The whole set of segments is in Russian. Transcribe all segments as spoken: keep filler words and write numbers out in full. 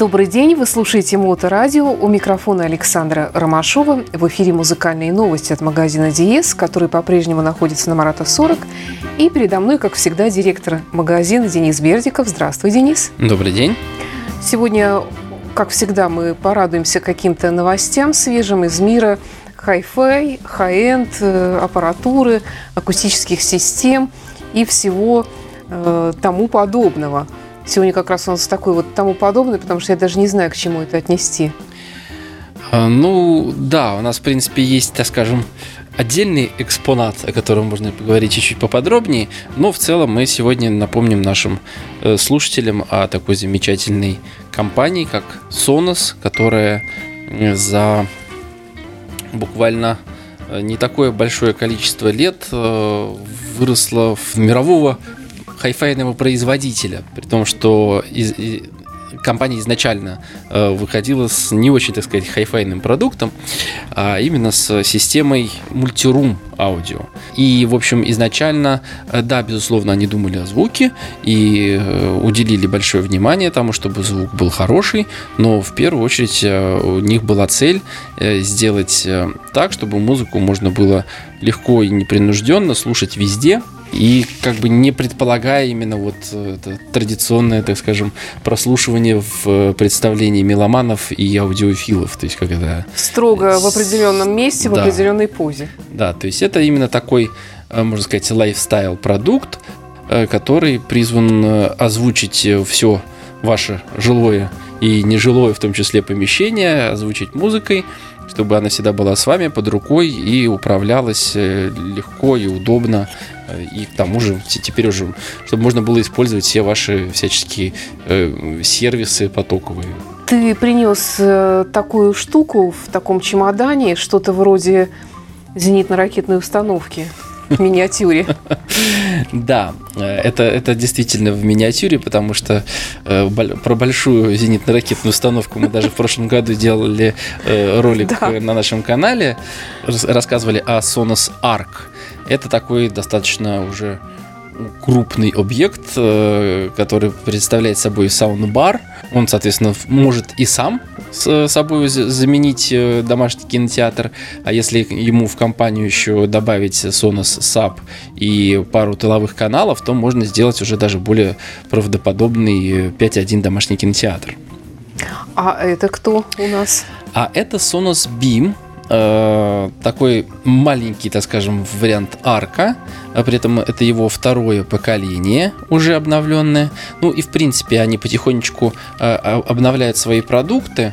Добрый день, вы слушаете Моторадио. У микрофона Александра Ромашова. В эфире музыкальные новости от магазина Диез, который по-прежнему находится на Марата сорок. И передо мной, как всегда, директор магазина Денис Бердиков. Здравствуй, Денис. Добрый день. Сегодня, как всегда, мы порадуемся каким-то новостям свежим из мира хай-фай, хай-энд, аппаратуры, акустических систем и всего э, тому подобного. Сегодня как раз у нас такой вот тому подобный, потому что я даже не знаю, к чему это отнести. Ну, да, у нас, в принципе, есть, так скажем, отдельный экспонат, о котором можно поговорить чуть-чуть поподробнее, но в целом мы сегодня напомним нашим слушателям о такой замечательной компании, как Sonos, которая за буквально не такое большое количество лет выросла в мирового хай-файного производителя, при том, что из, из, компания изначально э, выходила с не очень, так сказать, хай-файным продуктом, а именно с системой мультирум аудио. И, в общем, изначально, э, да, безусловно, они думали о звуке и э, уделили большое внимание тому, чтобы звук был хороший, но в первую очередь э, у них была цель э, сделать э, так, чтобы музыку можно было легко и непринужденно слушать везде, и как бы не предполагая именно вот это традиционное, так скажем, прослушивание в представлении меломанов и аудиофилов. То есть как это... Строго в определенном месте, да, в определенной позе. Да, то есть это именно такой, можно сказать, лайфстайл-продукт, который призван озвучить все ваше жилое и нежилое, в том числе, помещение, озвучить музыкой, чтобы она всегда была с вами под рукой и управлялась легко и удобно. И к тому же теперь уже, чтобы можно было использовать все ваши всяческие э, сервисы потоковые. Ты принес э, такую штуку в таком чемодане, что-то вроде зенитно-ракетной установки в миниатюре. Да, это, это действительно в миниатюре, потому что э, про большую зенитно-ракетную установку мы даже в прошлом году делали э, ролик да. на нашем канале, рассказывали о Sonos Arc. Это такой достаточно уже крупный объект, который представляет собой саундбар. Он, соответственно, может и сам с собой заменить домашний кинотеатр, а если ему в компанию еще добавить Sonos саб и пару тыловых каналов, то можно сделать уже даже более правдоподобный пять один домашний кинотеатр. А это кто у нас? А это Sonos Beam. Такой маленький, так скажем, вариант арка, а при этом это его второе поколение, уже обновленное. Ну и в принципе они потихонечку обновляют свои продукты,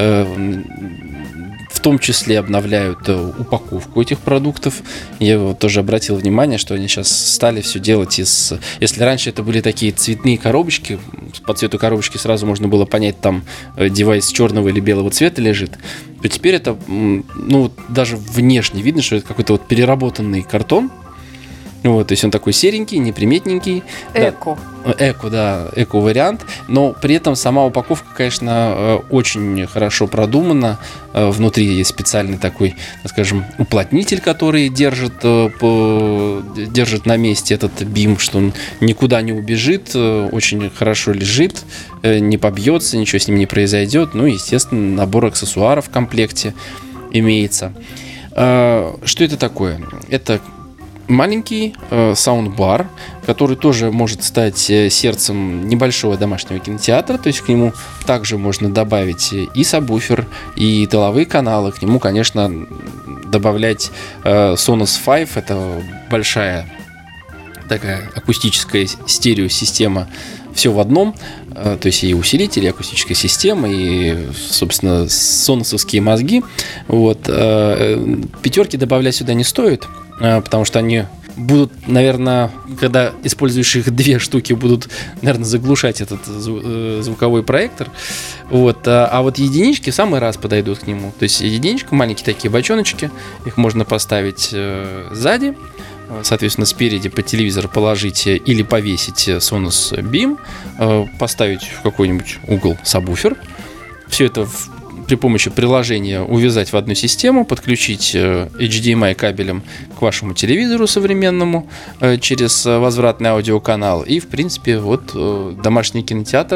в том числе обновляют упаковку этих продуктов. Я вот тоже обратил внимание, что они сейчас стали все делать из... Если раньше это были такие цветные коробочки, по цвету коробочки сразу можно было понять, там девайс черного или белого цвета лежит, то теперь это, ну, даже внешне видно, что это какой-то вот переработанный картон. Вот, то есть он такой серенький, неприметненький. Эко. Да, эко, да, эко-вариант. Но при этом сама упаковка, конечно, очень хорошо продумана. Внутри есть специальный такой, так скажем, уплотнитель, который держит, держит на месте этот бим, что он никуда не убежит, очень хорошо лежит, не побьется, ничего с ним не произойдет. Ну и, естественно, набор аксессуаров в комплекте имеется. Что это такое? Это маленький э, саундбар, который тоже может стать сердцем небольшого домашнего кинотеатра, то есть к нему также можно добавить и сабвуфер, и тыловые каналы, к нему, конечно, добавлять э, Sonos пять, это большая такая акустическая стереосистема, все в одном, э, то есть и усилитель, и акустическая система, и, собственно, соносовские мозги. Вот. Э, пятерки добавлять сюда не стоит, потому что они будут, наверное, когда используешь их две штуки, будут, наверное, заглушать этот звуковой проектор. Вот. А вот единички в самый раз подойдут к нему. То есть единичка, маленькие такие бочоночки, их можно поставить сзади, соответственно, спереди под телевизор положить или повесить Sonos Beam, поставить в какой-нибудь угол сабвуфер. Все это в при помощи приложения увязать в одну систему, подключить эйч ди эм ай кабелем к вашему телевизору современному через возвратный аудиоканал. И, в принципе, вот домашний кинотеатр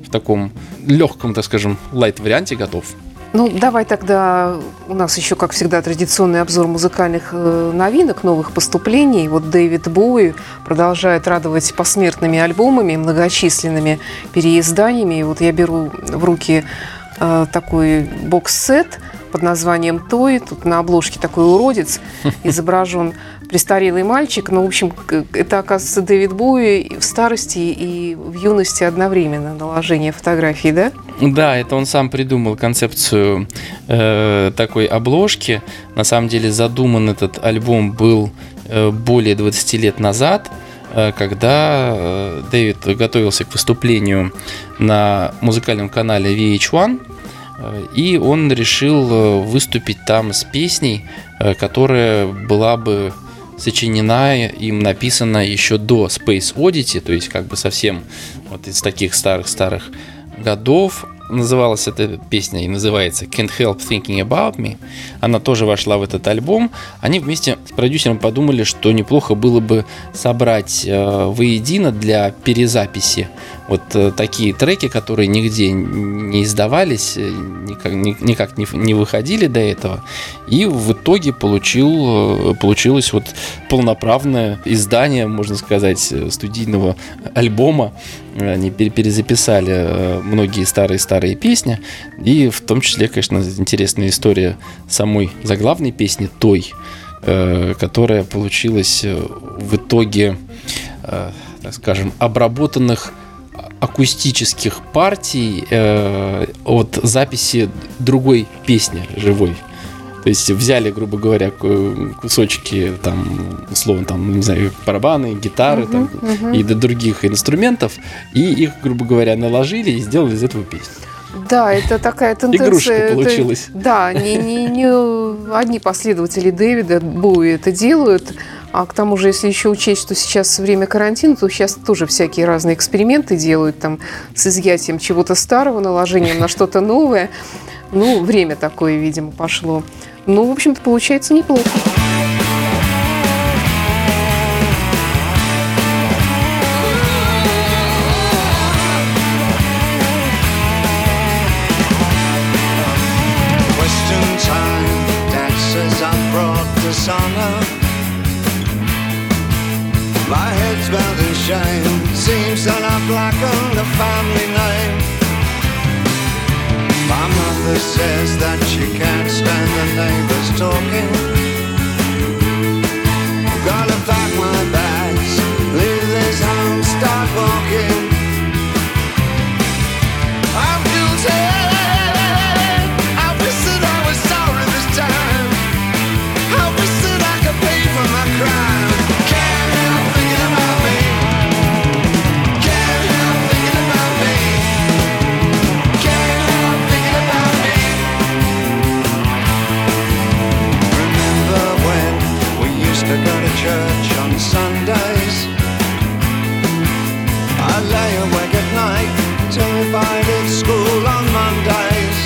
в таком легком, так скажем, лайт-варианте готов. Ну, давай тогда, у нас еще, как всегда, традиционный обзор музыкальных э, новинок, новых поступлений. Вот Дэвид Боуи продолжает радовать посмертными альбомами, многочисленными переизданиями. И вот я беру в руки э, такой бокс-сет под названием «Той». Тут на обложке такой уродец изображен престарелый мальчик. Ну, в общем, это, оказывается, Дэвид Боуи в старости и в юности одновременно, наложение фотографий, да? Да, это он сам придумал концепцию э, такой обложки. На самом деле задуман этот альбом был э, более двадцати лет назад, э, когда э, Дэвид готовился к выступлению на музыкальном канале ви эйч один, э, и он решил э, выступить там с песней, э, которая была бы сочинена им, написана еще до Space Oddity, то есть как бы совсем вот из таких старых-старых годов. Называлась эта песня и называется Can't Help Thinking About Me. Она тоже вошла в этот альбом. Они вместе с продюсером подумали, что неплохо было бы собрать э, воедино для перезаписи вот э, такие треки, которые нигде не издавались, никак, ни, никак не, не выходили до этого. И в итоге получил, э, получилось вот полноправное издание, можно сказать, студийного альбома. Они перезаписали многие старые-старые песни. И в том числе, конечно, интересная история самой заглавной песни «Той», которая получилась в итоге, так скажем, обработанных акустических партий от записи другой песни живой. То есть взяли, грубо говоря, кусочки, там, условно, там, не знаю, барабаны, гитары uh-huh, там, uh-huh. и до других инструментов, и их, грубо говоря, наложили и сделали из этого песню. Да, это такая тенденция. Игрушка получилась. Это, да, не, не, не одни последователи Дэвида Боуи это делают, а к тому же, если еще учесть, что сейчас время карантина, то сейчас тоже всякие разные эксперименты делают там с изъятием чего-то старого, наложением на что-то новое. Ну, время такое, видимо, пошло. Ну, в общем-то, получается неплохо. Says that she can't stand the neighbors talking. Gotta pack my bags, leave this home, start walking. I'm guilty. I wish that I was sorry this time. I wish that I could pay for my crime. Can't help thinking about me. Can't help thinking about me. Can't help thinking about me. To go to church on Sundays. I lay awake at night, terrified at school on Mondays.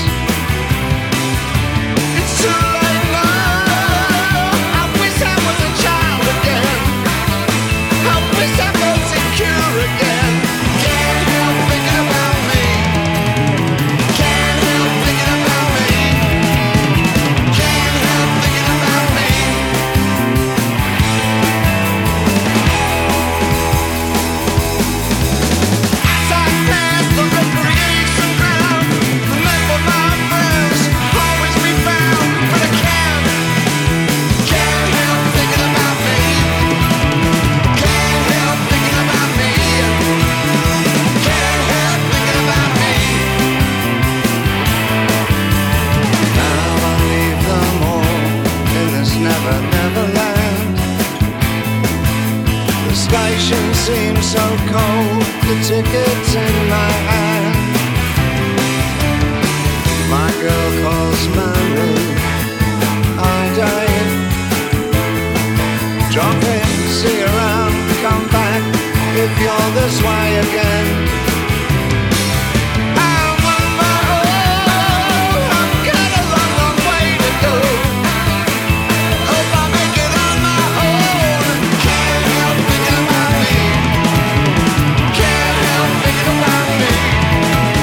It's too late now. I wish I was a child again. I wish I felt secure again. Can't help thinking about me. Can't help thinking about me. Can't help thinking about me. Seems so cold, the ticket's in my hand. My girl calls Mary, I died. Drop in, see around, come back if you're this way again. I'm on my own, I've got a long, long way to go. Hope I make it on my own. Can't help thinking about me. Can't help thinking about me.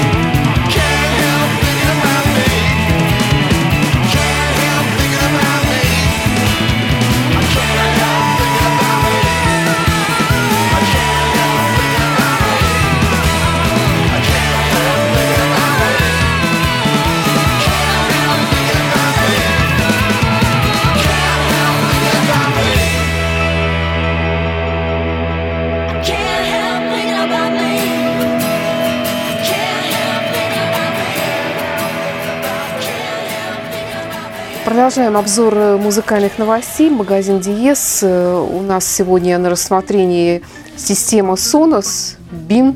Продолжаем обзор музыкальных новостей. Магазин Диез. У нас сегодня на рассмотрении система Sonos бим.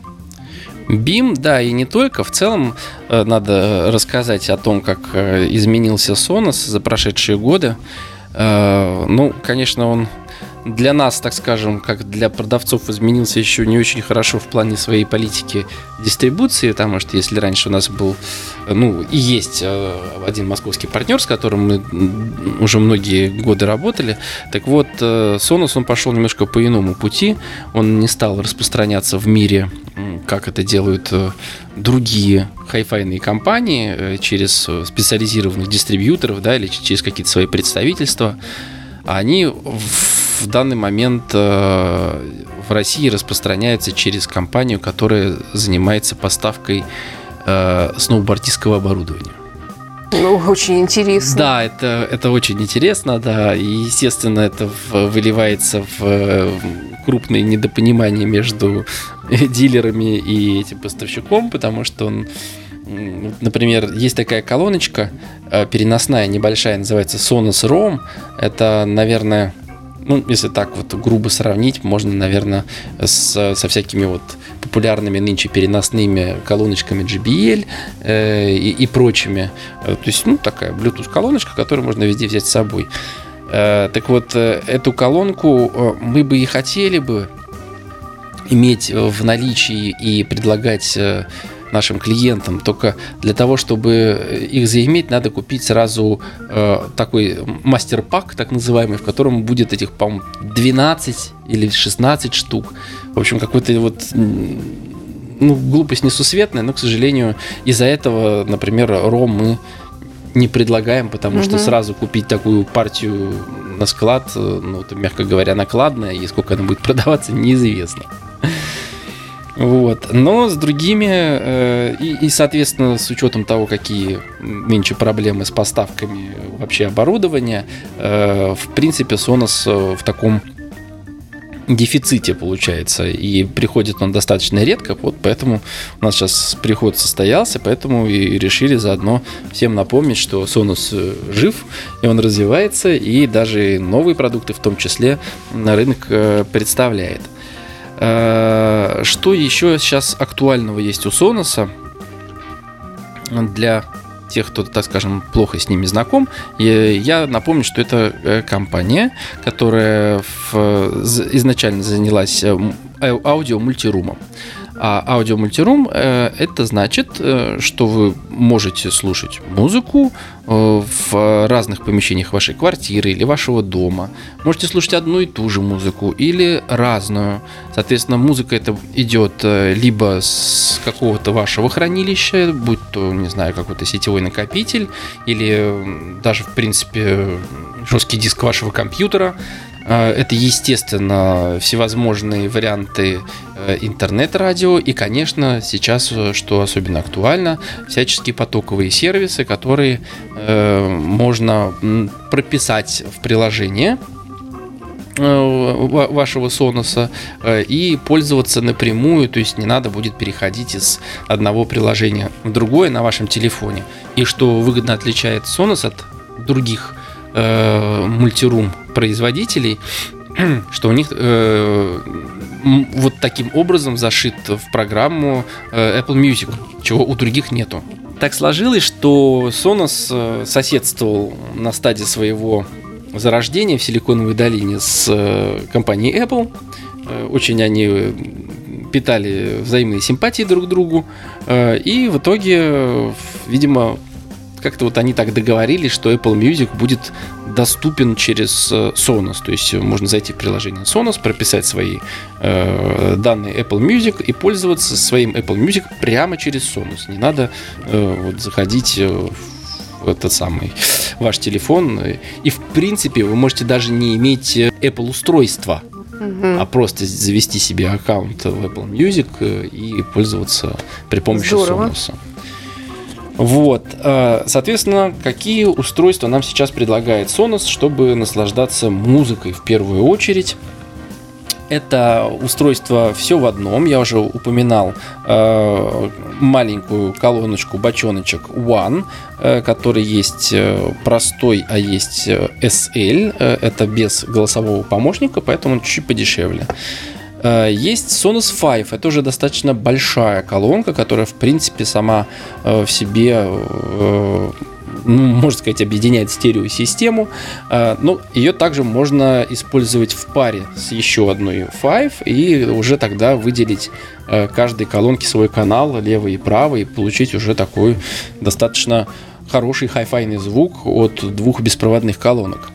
бим, да, и не только. В целом э, надо рассказать о том, как э, изменился Sonos за прошедшие годы. Э, ну, конечно, он для нас, так скажем, как для продавцов, изменился еще не очень хорошо в плане своей политики дистрибуции, потому что если раньше у нас был, ну, и есть один московский партнер, с которым мы уже многие годы работали, так вот, Sonos, он пошел немножко по иному пути, он не стал распространяться в мире, как это делают другие хай-файные компании, через специализированных дистрибьюторов, да, или через какие-то свои представительства. Они в данный момент в России распространяются через компанию, которая занимается поставкой сноубордистского оборудования. Ну, очень интересно. Да, это, это очень интересно, да, и, естественно, это в, выливается в крупные недопонимания между дилерами и этим поставщиком, потому что он, например, есть такая колоночка переносная, небольшая, называется Sonos ром. Это, наверное, ну, если так вот грубо сравнить, можно, наверное, с, со всякими вот популярными нынче переносными колоночками джей би эл э, и, и прочими. То есть, ну, такая Bluetooth-колоночка, которую можно везде взять с собой. Э, так вот, эту колонку мы бы и хотели бы иметь в наличии и предлагать нашим клиентам. Только для того, чтобы их заиметь, надо купить сразу э, такой мастер-пак, так называемый, в котором будет этих, по-моему, двенадцать или шестнадцать штук. В общем, какой-то вот, ну, глупость несусветная, но, к сожалению, из-за этого, например, ром мы не предлагаем, потому угу. что сразу купить такую партию на склад, ну, это, мягко говоря, накладно, и сколько она будет продаваться, неизвестно. Вот. Но с другими, э, и, и, соответственно, с учетом того, какие нынче проблемы с поставками вообще оборудования, э, в принципе, Sonos в таком дефиците получается, и приходит он достаточно редко, вот поэтому у нас сейчас приход состоялся, поэтому и решили заодно всем напомнить, что Sonos жив, и он развивается, и даже новые продукты в том числе на рынок представляет. Что еще сейчас актуального есть у Sonos для тех, кто, так скажем, плохо с ними знаком? Я напомню, что это компания, которая в, изначально занялась аудио-мультирумом. А аудио-мультирум э, это значит, э, что вы можете слушать музыку э, в разных помещениях вашей квартиры или вашего дома. Можете слушать одну и ту же музыку или разную. Соответственно, музыка эта идет э, либо с какого-то вашего хранилища, будь то, не знаю, какой-то сетевой накопитель, или э, даже, в принципе, жесткий диск вашего компьютера. Это, естественно, всевозможные варианты интернет-радио и, конечно, сейчас, что особенно актуально, всяческие потоковые сервисы, которые э, можно прописать в приложение вашего Sonos и пользоваться напрямую, то есть не надо будет переходить из одного приложения в другое на вашем телефоне. И что выгодно отличает Sonos от других э, мультирум производителей, что у них э, вот таким образом зашит в программу э, Apple Music, чего у других нету. Так сложилось, что Sonos соседствовал на стадии своего зарождения в Силиконовой долине с э, компанией Apple. Э, очень они питали взаимные симпатии друг к другу. Э, и в итоге, видимо, как-то вот они так договорились, что Apple Music будет доступен через Sonos. То есть можно зайти в приложение Sonos, прописать свои э, данные Apple Music и пользоваться своим Apple Music прямо через Sonos. Не надо э, вот, заходить в этот самый ваш телефон. И в принципе вы можете даже не иметь Apple устройства, угу. а просто завести себе аккаунт в Apple Music и пользоваться при помощи Здорово. Sonos. Вот, соответственно, какие устройства нам сейчас предлагает Sonos, чтобы наслаждаться музыкой в первую очередь? Это устройство все в одном. Я уже упоминал э, маленькую колоночку, бочоночек One, э, который есть э, простой, а есть э, эс эл. Э, это без голосового помощника, поэтому он чуть подешевле. Э, есть Sonos пять. Это уже достаточно большая колонка, которая, в принципе, сама э, в себе... Э, ну, можно сказать, объединяет стереосистему, но ее также можно использовать в паре с еще одной пять и уже тогда выделить каждой колонке свой канал, левый и правый, и получить уже такой достаточно хороший хай-файный звук от двух беспроводных колонок.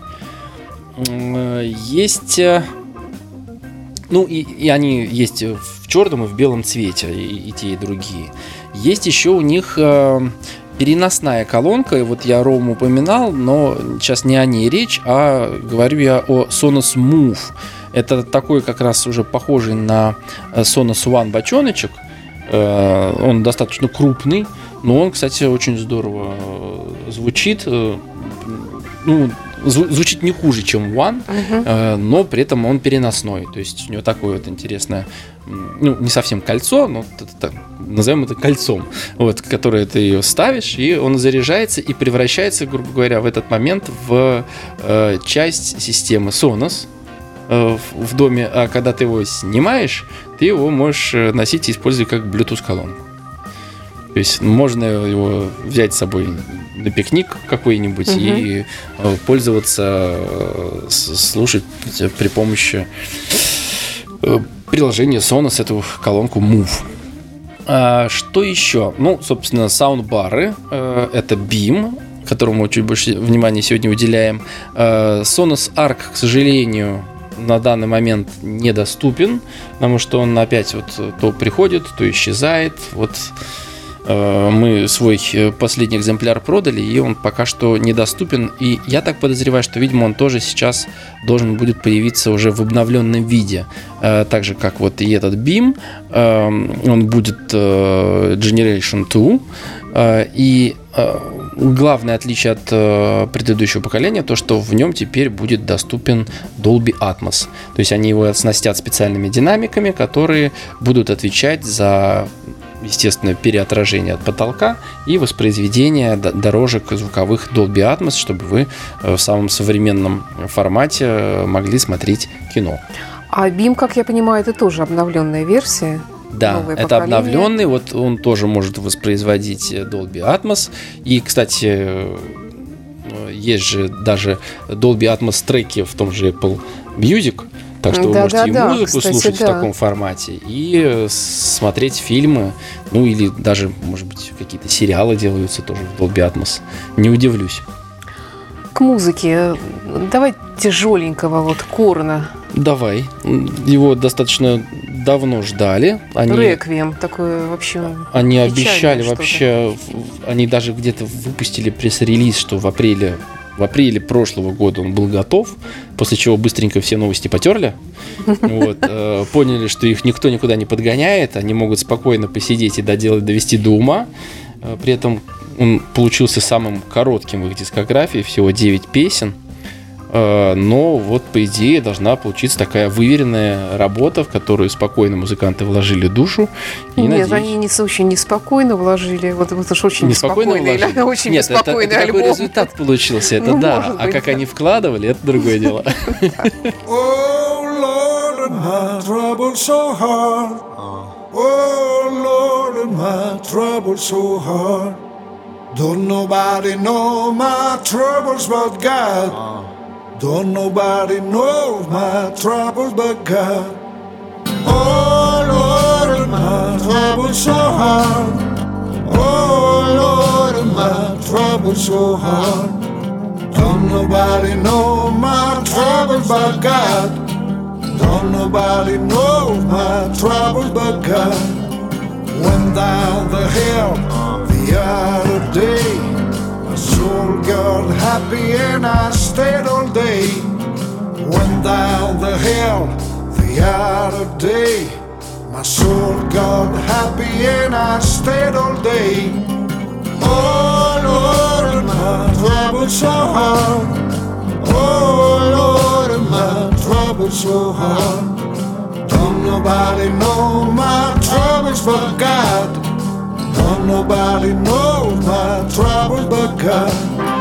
Есть... Ну, и, и они есть в черном и в белом цвете, и, и те, и другие. Есть еще у них... переносная колонка, и вот я Рому упоминал, но сейчас не о ней речь, а говорю я о Sonos Move. Это такой как раз уже похожий на Sonos One бочоночек. Он достаточно крупный, но он, кстати, очень здорово звучит. Ну, звучит не хуже, чем One, uh-huh. но при этом он переносной. То есть у него такое вот интересное, ну, не совсем кольцо, но это, назовем это кольцом, вот, которое ты ее ставишь, и он заряжается и превращается, грубо говоря, в этот момент в э, часть системы Sonos э, в, в доме. А когда ты его снимаешь, ты его можешь носить и использовать как Bluetooth-колонку. То есть можно его взять с собой на пикник какой-нибудь угу. и э, пользоваться, э, слушать при помощи э, приложения Sonos эту колонку Move. А, что еще? Ну, собственно, саундбары. Э, это Beam, которому чуть больше внимания сегодня уделяем. Э, Sonos Arc, к сожалению, на данный момент недоступен, потому что он опять вот то приходит, то исчезает. Вот мы свой последний экземпляр продали, и он пока что недоступен. И я так подозреваю, что, видимо, он тоже сейчас должен будет появиться уже в обновленном виде. Так же, как вот и этот Beam. Он будет Generation два. И главное отличие от предыдущего поколения то, что в нем теперь будет доступен Dolby Atmos. То есть они его оснастят специальными динамиками, которые будут отвечать за, естественно, переотражение от потолка и воспроизведение дорожек звуковых Dolby Atmos, чтобы вы в самом современном формате могли смотреть кино. А Beam, как я понимаю, это тоже обновленная версия? Да, это поколение. Обновленный, вот он тоже может воспроизводить Dolby Atmos. И, кстати, есть же даже Dolby Atmos треки в том же Apple Music. Так что да, вы можете да, и да, музыку кстати, слушать да. в таком формате, и смотреть фильмы, ну или даже, может быть, какие-то сериалы делаются тоже в Dolby Atmos. Не удивлюсь. К музыке. Давай тяжеленького, вот Корна. Давай. Его достаточно давно ждали. Они, Реквием такое вообще. Они обещали что-то. Вообще, они даже где-то выпустили пресс-релиз, что в апреле В апреле прошлого года он был готов, после чего быстренько все новости потерли. Вот, э, поняли, что их никто никуда не подгоняет, они могут спокойно посидеть и доделать, довести до ума. Э, при этом он получился самым коротким в их дискографии, всего девять песен. Э, но вот, по идее, должна получиться такая выверенная работа, в которую спокойно музыканты вложили душу. И, Нет, надеюсь... они не, очень неспокойно вложили. Вот, вот уж очень неспокойно вложили. Очень Нет, беспокойный это, это альбом. какой результат получился, это ну, да. А быть, как да. они вкладывали, это другое дело. Oh Lord, and my trouble so hard. Oh Lord, and my trouble so hard. Don't nobody know my troubles but God. Don't nobody know my troubles but God. Oh Lord, and my trouble so hard. Oh Lord, and my trouble so hard. Don't nobody know my troubles but God. Don't nobody know my troubles but God. Went down the hill the other day. My soul got happy and I stayed all day. Went down the hill the other day. My soul got happy and I stayed all day. Oh Lord, my troubles so hard. Oh Lord, my troubles so hard. nobody know my troubles but God. Don't nobody know my troubles but God.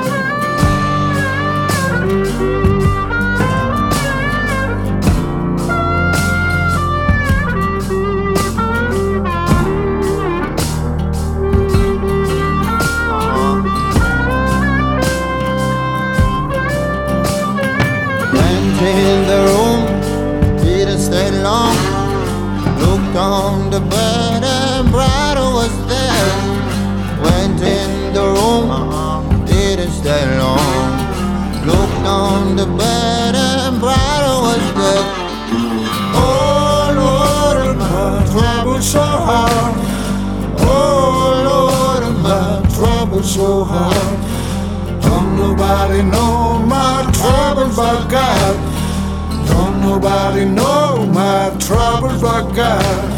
In the room, Peter stayed long. Looked on the bed and brother was there. Went in the room, didn't stay long. Looked on the bed and brother was there. Oh Lord, my trouble so hard. Oh Lord, my trouble so hard. Don't nobody know my troubles but God. Don't nobody know my troubles but God.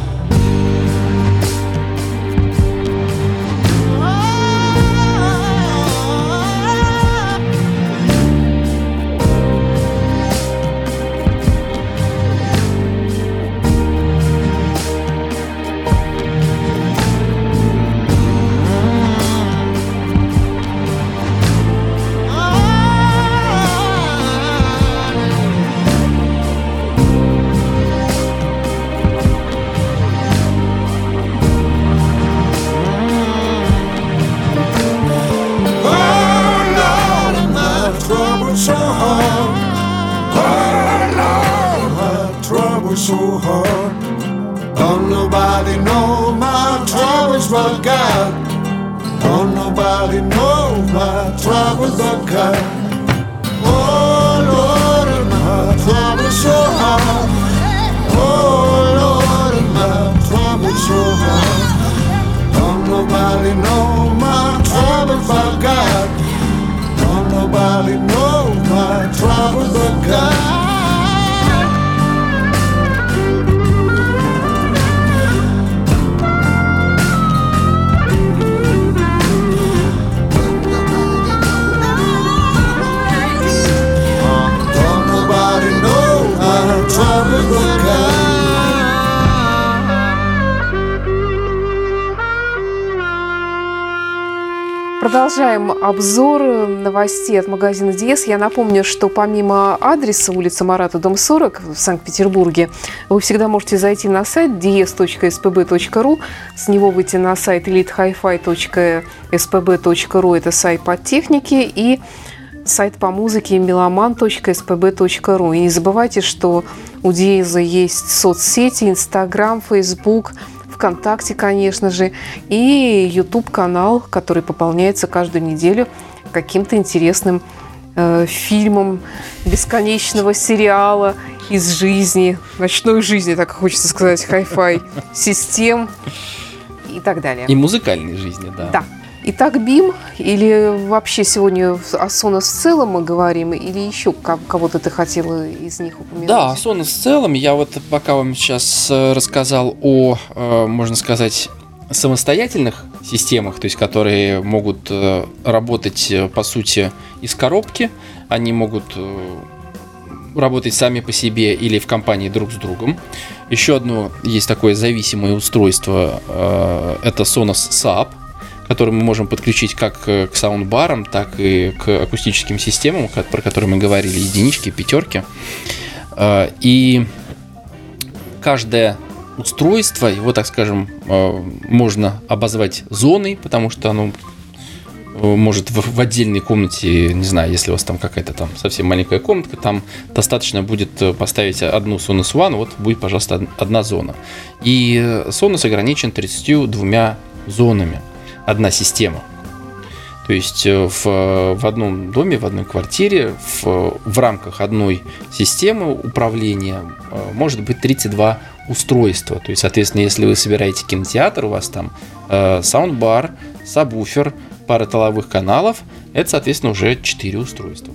So hard, oh Lord, my trouble so hard. Don't nobody know my troubles but God. Don't nobody know my troubles but God. Oh Lord, my trouble so hard. Oh Lord, my trouble so hard. Don't nobody know my troubles but God. Don't nobody know my troubles but God. Don't nobody know my troubles but God. Продолжаем обзор новостей от магазина Диез. Я напомню, что помимо адреса улица Марата, дом сорок в Санкт-Петербурге, вы всегда можете зайти на сайт диез точка эс пэ бэ точка ру, с него выйти на сайт элит хай фай точка эс пэ бэ точка ру, это сайт по технике, и сайт по музыке меломан точка эс пэ бэ точка ру. И не забывайте, что у Диеза есть соцсети, Инстаграм, Фейсбук, ВКонтакте, конечно же, и YouTube-канал, который пополняется каждую неделю каким-то интересным э, фильмом бесконечного сериала из жизни, ночной жизни, так хочется сказать, хай-фай систем и так далее. И музыкальной жизни, да. Да. Итак, БИМ, или вообще сегодня о Sonos в целом мы говорим, или еще кого-то ты хотела из них упомянуть? Да, Sonos в целом. Я вот пока вам сейчас рассказал о, можно сказать, самостоятельных системах, то есть которые могут работать, по сути, из коробки. Они могут работать сами по себе или в компании друг с другом. Еще одно есть такое зависимое устройство, это Sonos Saab, который мы можем подключить как к саундбарам, так и к акустическим системам, про которые мы говорили, единички, пятерки. И каждое устройство, его, так скажем, можно обозвать зоной, потому что оно может в, в отдельной комнате, не знаю, если у вас там какая-то там совсем маленькая комнатка, там достаточно будет поставить одну Sonos One, вот будет, пожалуйста, одна зона. И Sonos ограничен тридцатью двумя зонами. Одна система. То есть в, в одном доме, в одной квартире, в, в рамках одной системы управления может быть тридцать два устройства. То есть, соответственно, если вы собираете кинотеатр, у вас там э, саундбар, сабвуфер, пара тыловых каналов, это, соответственно, уже четыре устройства.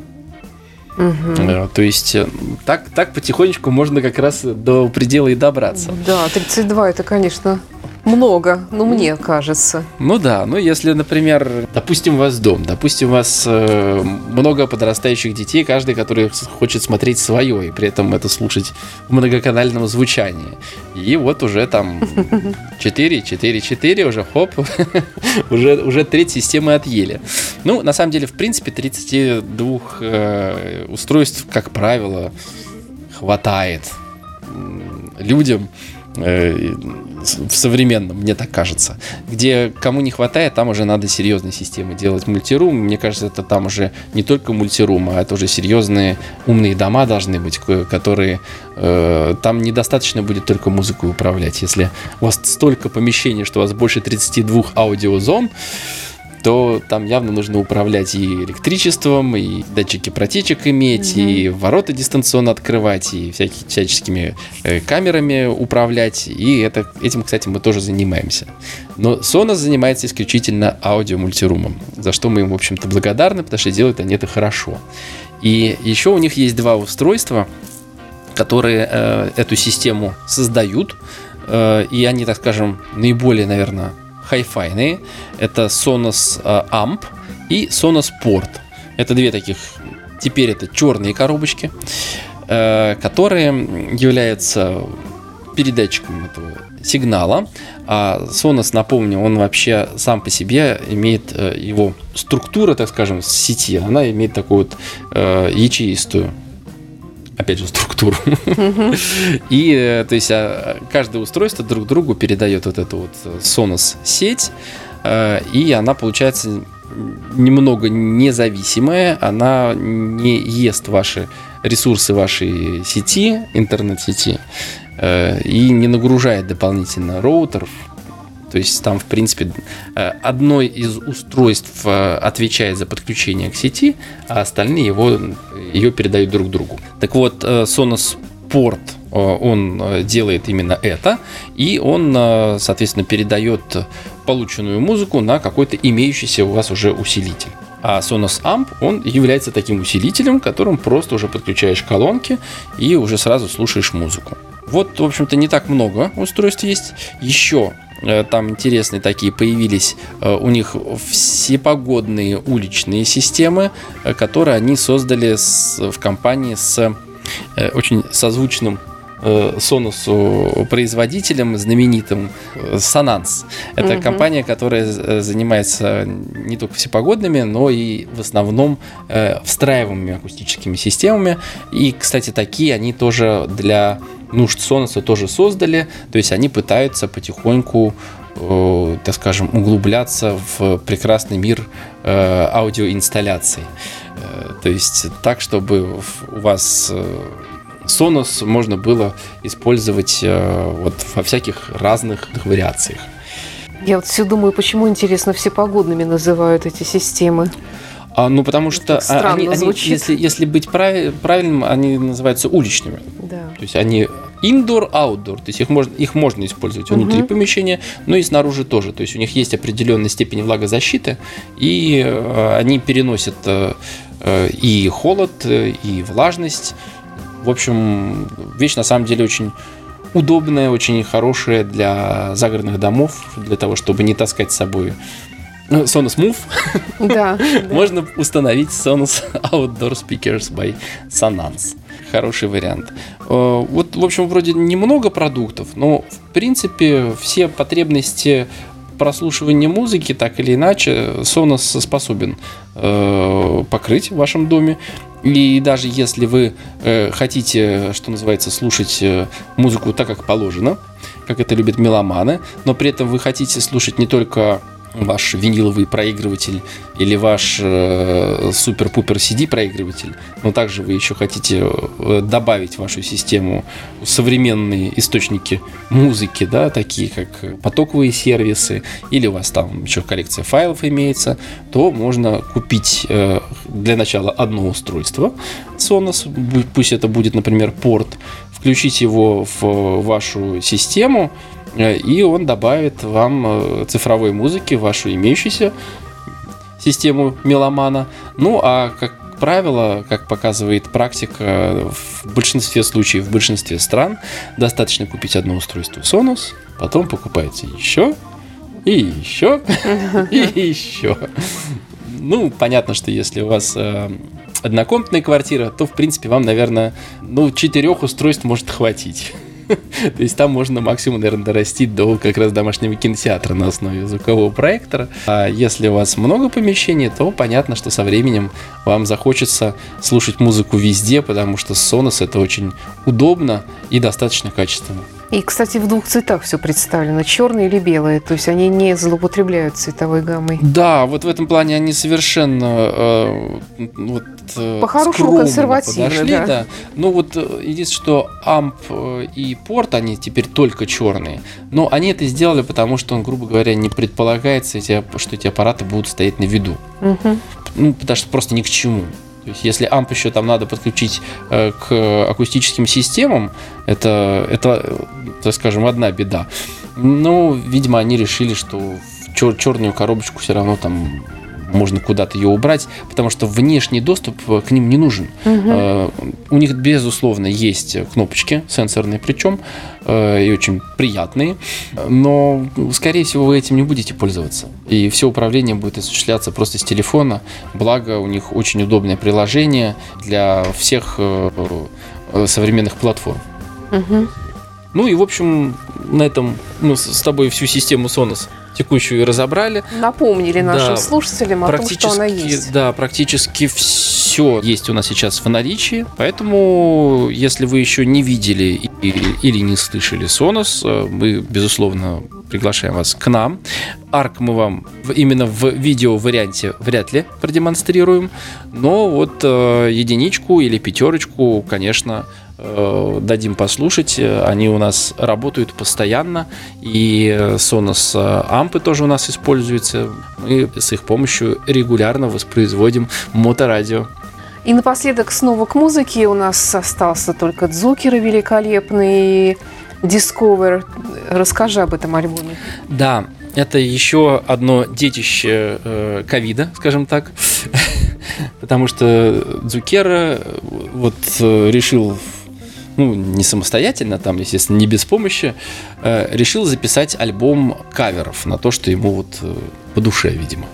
Угу. То есть так, так потихонечку можно как раз до предела и добраться. Да, тридцать два это, конечно, Много, ну, мне кажется. Ну да, ну если, например, допустим, у вас дом, допустим, у вас э, много подрастающих детей, каждый, который хочет смотреть свое, и при этом это слушать в многоканальном звучании. И вот уже там четыре, четыре, четыре, уже хоп, уже, уже треть системы отъели. Ну, на самом деле, в принципе, тридцати двух э, устройств, как правило, хватает людям, в современном, мне так кажется. Где кому не хватает, там уже надо серьезные системы делать. Мультирум, мне кажется, это там уже не только мультирум, а это уже серьезные умные дома должны быть, которые э, там недостаточно будет только музыкой управлять. Если у вас столько помещений, что у вас больше тридцати двух аудиозон, то там явно нужно управлять и электричеством, и датчики протечек иметь, mm-hmm. и ворота дистанционно открывать, и всякими всяческими э, камерами управлять. И это, этим, кстати, мы тоже занимаемся. Но Sonos занимается исключительно аудиомультирумом, за что мы им, в общем-то, благодарны, потому что делают они это хорошо. И еще у них есть два устройства, которые э, эту систему создают, э, и они, так скажем, наиболее, наверное, хай-файные. Это Sonos uh, Amp и Sonos Port. Это две таких, теперь это черные коробочки, uh, которые являются передатчиком этого сигнала. А Sonos, напомню, он вообще сам по себе имеет uh, его структура, так скажем, сети, она имеет такую вот uh, ячеистую, опять же, структуру. Mm-hmm. И, то есть, каждое устройство друг другу передает вот эту вот Sonos-сеть, и она получается немного независимая, она не ест ваши ресурсы вашей сети, интернет-сети, и не нагружает дополнительно роутеров. То есть там, в принципе, одно из устройств отвечает за подключение к сети, а остальные его, ее передают друг другу. Так вот, Sonos Port, он делает именно это, и он, соответственно, передает полученную музыку на какой-то имеющийся у вас уже усилитель. А Sonos Amp, он является таким усилителем, которым просто уже подключаешь колонки и уже сразу слушаешь музыку. Вот, в общем-то, не так много устройств есть. Еще там интересные такие появились у них всепогодные уличные системы, которые они создали с, в компании с очень созвучным Sonos производителем знаменитым Sonance. Это mm-hmm. компания, которая занимается не только всепогодными, но и в основном встраиваемыми акустическими системами. И, кстати, такие они тоже для нужд Sonos тоже создали. То есть они пытаются потихоньку, так скажем, углубляться в прекрасный мир аудиоинсталляций. То есть так, чтобы у вас Sonos можно было использовать э, вот во всяких разных вариациях. Я вот все думаю, почему, интересно, всепогодными называют эти системы. А, ну, потому что они, они, если, если быть прав, правильным, они называются уличными. Да. То есть они indoor-outdoor, то есть их можно, их можно использовать внутри угу. помещения, но и снаружи тоже. То есть у них есть определенная степень влагозащиты, и э, они переносят э, э, и холод, э, и влажность. В общем, вещь на самом деле очень удобная, очень хорошая для загородных домов, для того, чтобы не таскать с собой Sonos Move. Да, можно да. установить Sonos Outdoor Speakers by Sonance. Хороший вариант. Вот, в общем, вроде немного продуктов, но, в принципе, все потребности прослушивания музыки, так или иначе, Sonos способен э, покрыть в вашем доме. И даже если вы э, хотите, что называется, слушать э, музыку так, как положено, как это любят меломаны, но при этом вы хотите слушать не только ваш виниловый проигрыватель или ваш э, супер-пупер си ди проигрыватель, но также вы еще хотите э, добавить в вашу систему современные источники музыки, да, такие как потоковые сервисы, или у вас там еще коллекция файлов имеется, то можно купить э, для начала одно устройство Sonos, пусть это будет, например, порт, включить его в вашу систему, и он добавит вам цифровой музыки в вашу имеющуюся систему меломана. Ну, а как как правило, как показывает практика, в большинстве случаев, в большинстве стран достаточно купить одно устройство Sonos, потом покупаете еще, и еще, и еще. Ну, понятно, что если у вас э, однокомнатная квартира, то, в принципе, вам, наверное, ну, четырех устройств может хватить. То есть там можно максимум, наверное, дорастить до как раз домашнего кинотеатра на основе звукового проектора. А если у вас много помещений, то понятно, что со временем вам захочется слушать музыку везде, потому что Sonos это очень удобно и достаточно качественно. И, кстати, в двух цветах все представлено, черное или белое, то есть они не злоупотребляют цветовой гаммой. Да, вот в этом плане они совершенно э, вот, э, по-хорошему консервативно, подошли, да. да. Ну вот единственное, что амп и порт, они теперь только черные, но они это сделали, потому что, грубо говоря, не предполагается, что эти аппараты будут стоять на виду. Угу. Ну, потому что просто ни к чему. То есть, если амп еще там надо подключить э, к акустическим системам, это, это, так скажем, одна беда. Но, видимо, они решили, что в чер- черную коробочку все равно там можно куда-то ее убрать, потому что внешний доступ к ним не нужен. Угу. Э, у них, безусловно, есть кнопочки сенсорные, причем э, и очень приятные, но, скорее всего, вы этим не будете пользоваться. И все управление будет осуществляться просто с телефона, благо у них очень удобное приложение для всех э, э, современных платформ. Угу. Ну и, в общем, на этом мы с тобой всю систему Sonos текущую и разобрали. Напомнили нашим да, практически, о том, что она есть. Да, практически все есть у нас сейчас в наличии. Поэтому, если вы еще не видели или, или не слышали Sonos, мы, безусловно, приглашаем вас к нам. Арк мы вам именно в видео-варианте вряд ли продемонстрируем. Но вот э, единичку или пятерочку, конечно, дадим послушать. Они у нас работают постоянно, и Sonos ампы тоже у нас используются. Мы с их помощью регулярно воспроизводим моторадио. И напоследок снова к музыке. У нас остался только Дзукеры великолепный, Discover. Расскажи об этом альбоме. Да, это еще одно детище ковида, скажем так. Потому что Дзукера вот решил, ну, не самостоятельно, там, естественно, не без помощи, э, решил записать альбом каверов на то, что ему вот э, по душе, видимо.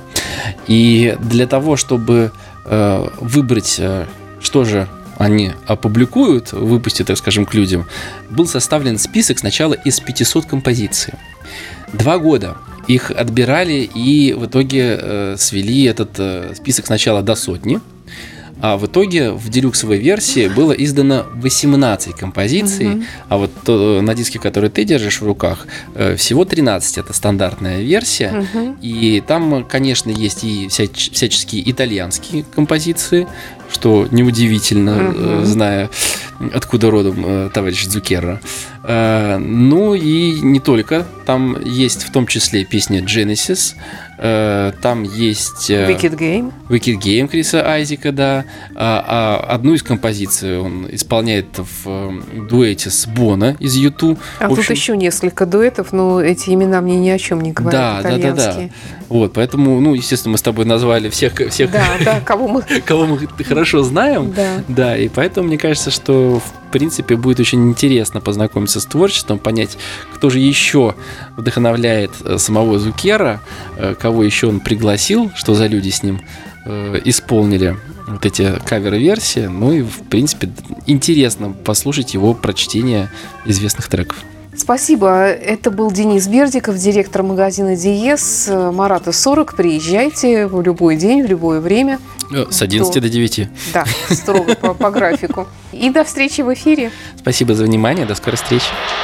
И для того, чтобы э, выбрать, э, что же они опубликуют, выпустят, так скажем, к людям, был составлен список сначала из пятисот композиций. Два года их отбирали и в итоге э, свели этот э, список сначала до сотни. А в итоге в делюксовой версии было издано восемнадцать композиций, mm-hmm. а вот то, на диске, который ты держишь в руках, всего тринадцать. Это стандартная версия. Mm-hmm. И там, конечно, есть и всяч- всяческие итальянские композиции, что неудивительно, mm-hmm. зная, откуда родом товарищ Дзукера. Ну и не только. Там есть в том числе песня Genesis. Там есть Wicked Game. Wicked Game Криса Айзека, да. А, а одну из композиций он исполняет в дуэте с Боно из ю ту. А в общем, тут еще несколько дуэтов, но эти имена мне ни о чем не говорят. Да, да, да, да. Вот, поэтому, ну, естественно, мы с тобой назвали всех, всех да, да, кого мы... кого мы хорошо знаем. Да. Да, и поэтому мне кажется, что в принципе будет очень интересно познакомиться с творчеством, понять, кто же еще вдохновляет самого Дзукера, кого еще он пригласил, что за люди с ним э, исполнили вот эти кавер-версии. Ну и, в принципе, интересно послушать его прочтение известных треков. Спасибо. Это был Денис Бердиков, директор магазина Диез. Марата сорок. Приезжайте в любой день, в любое время. С одиннадцати до девяти. Да, строго по, по графику. И до встречи в эфире. Спасибо за внимание. До скорой встречи.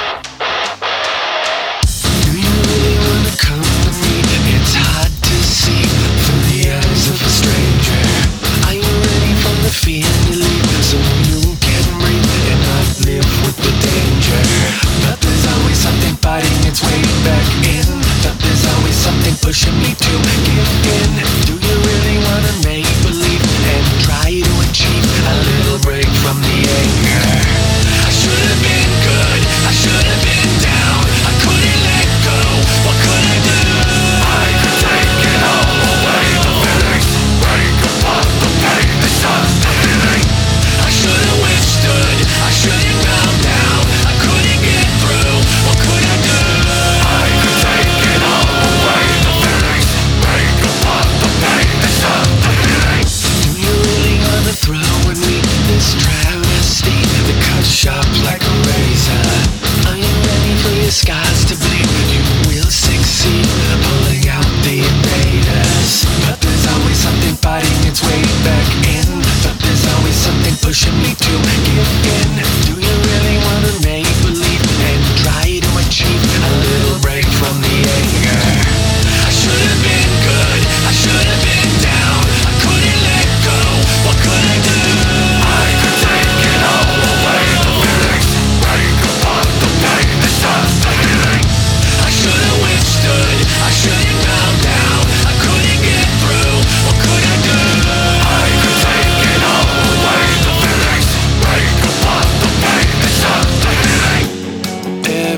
Fighting its way back in, but there's always something pushing me to give in. Do you really wanna make believe and try to achieve a little break from the anger? I should have been good, I should have been down, I couldn't let go, what could I do? I could take it all away, the feelings break apart, the pain, the sun.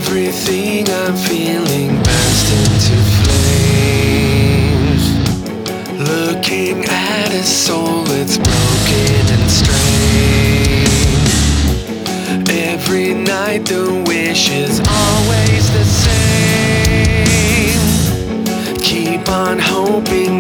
Everything I'm feeling burst into flames. Looking at a soul that's broken and strange. Every night the wish is always the same. Keep on hoping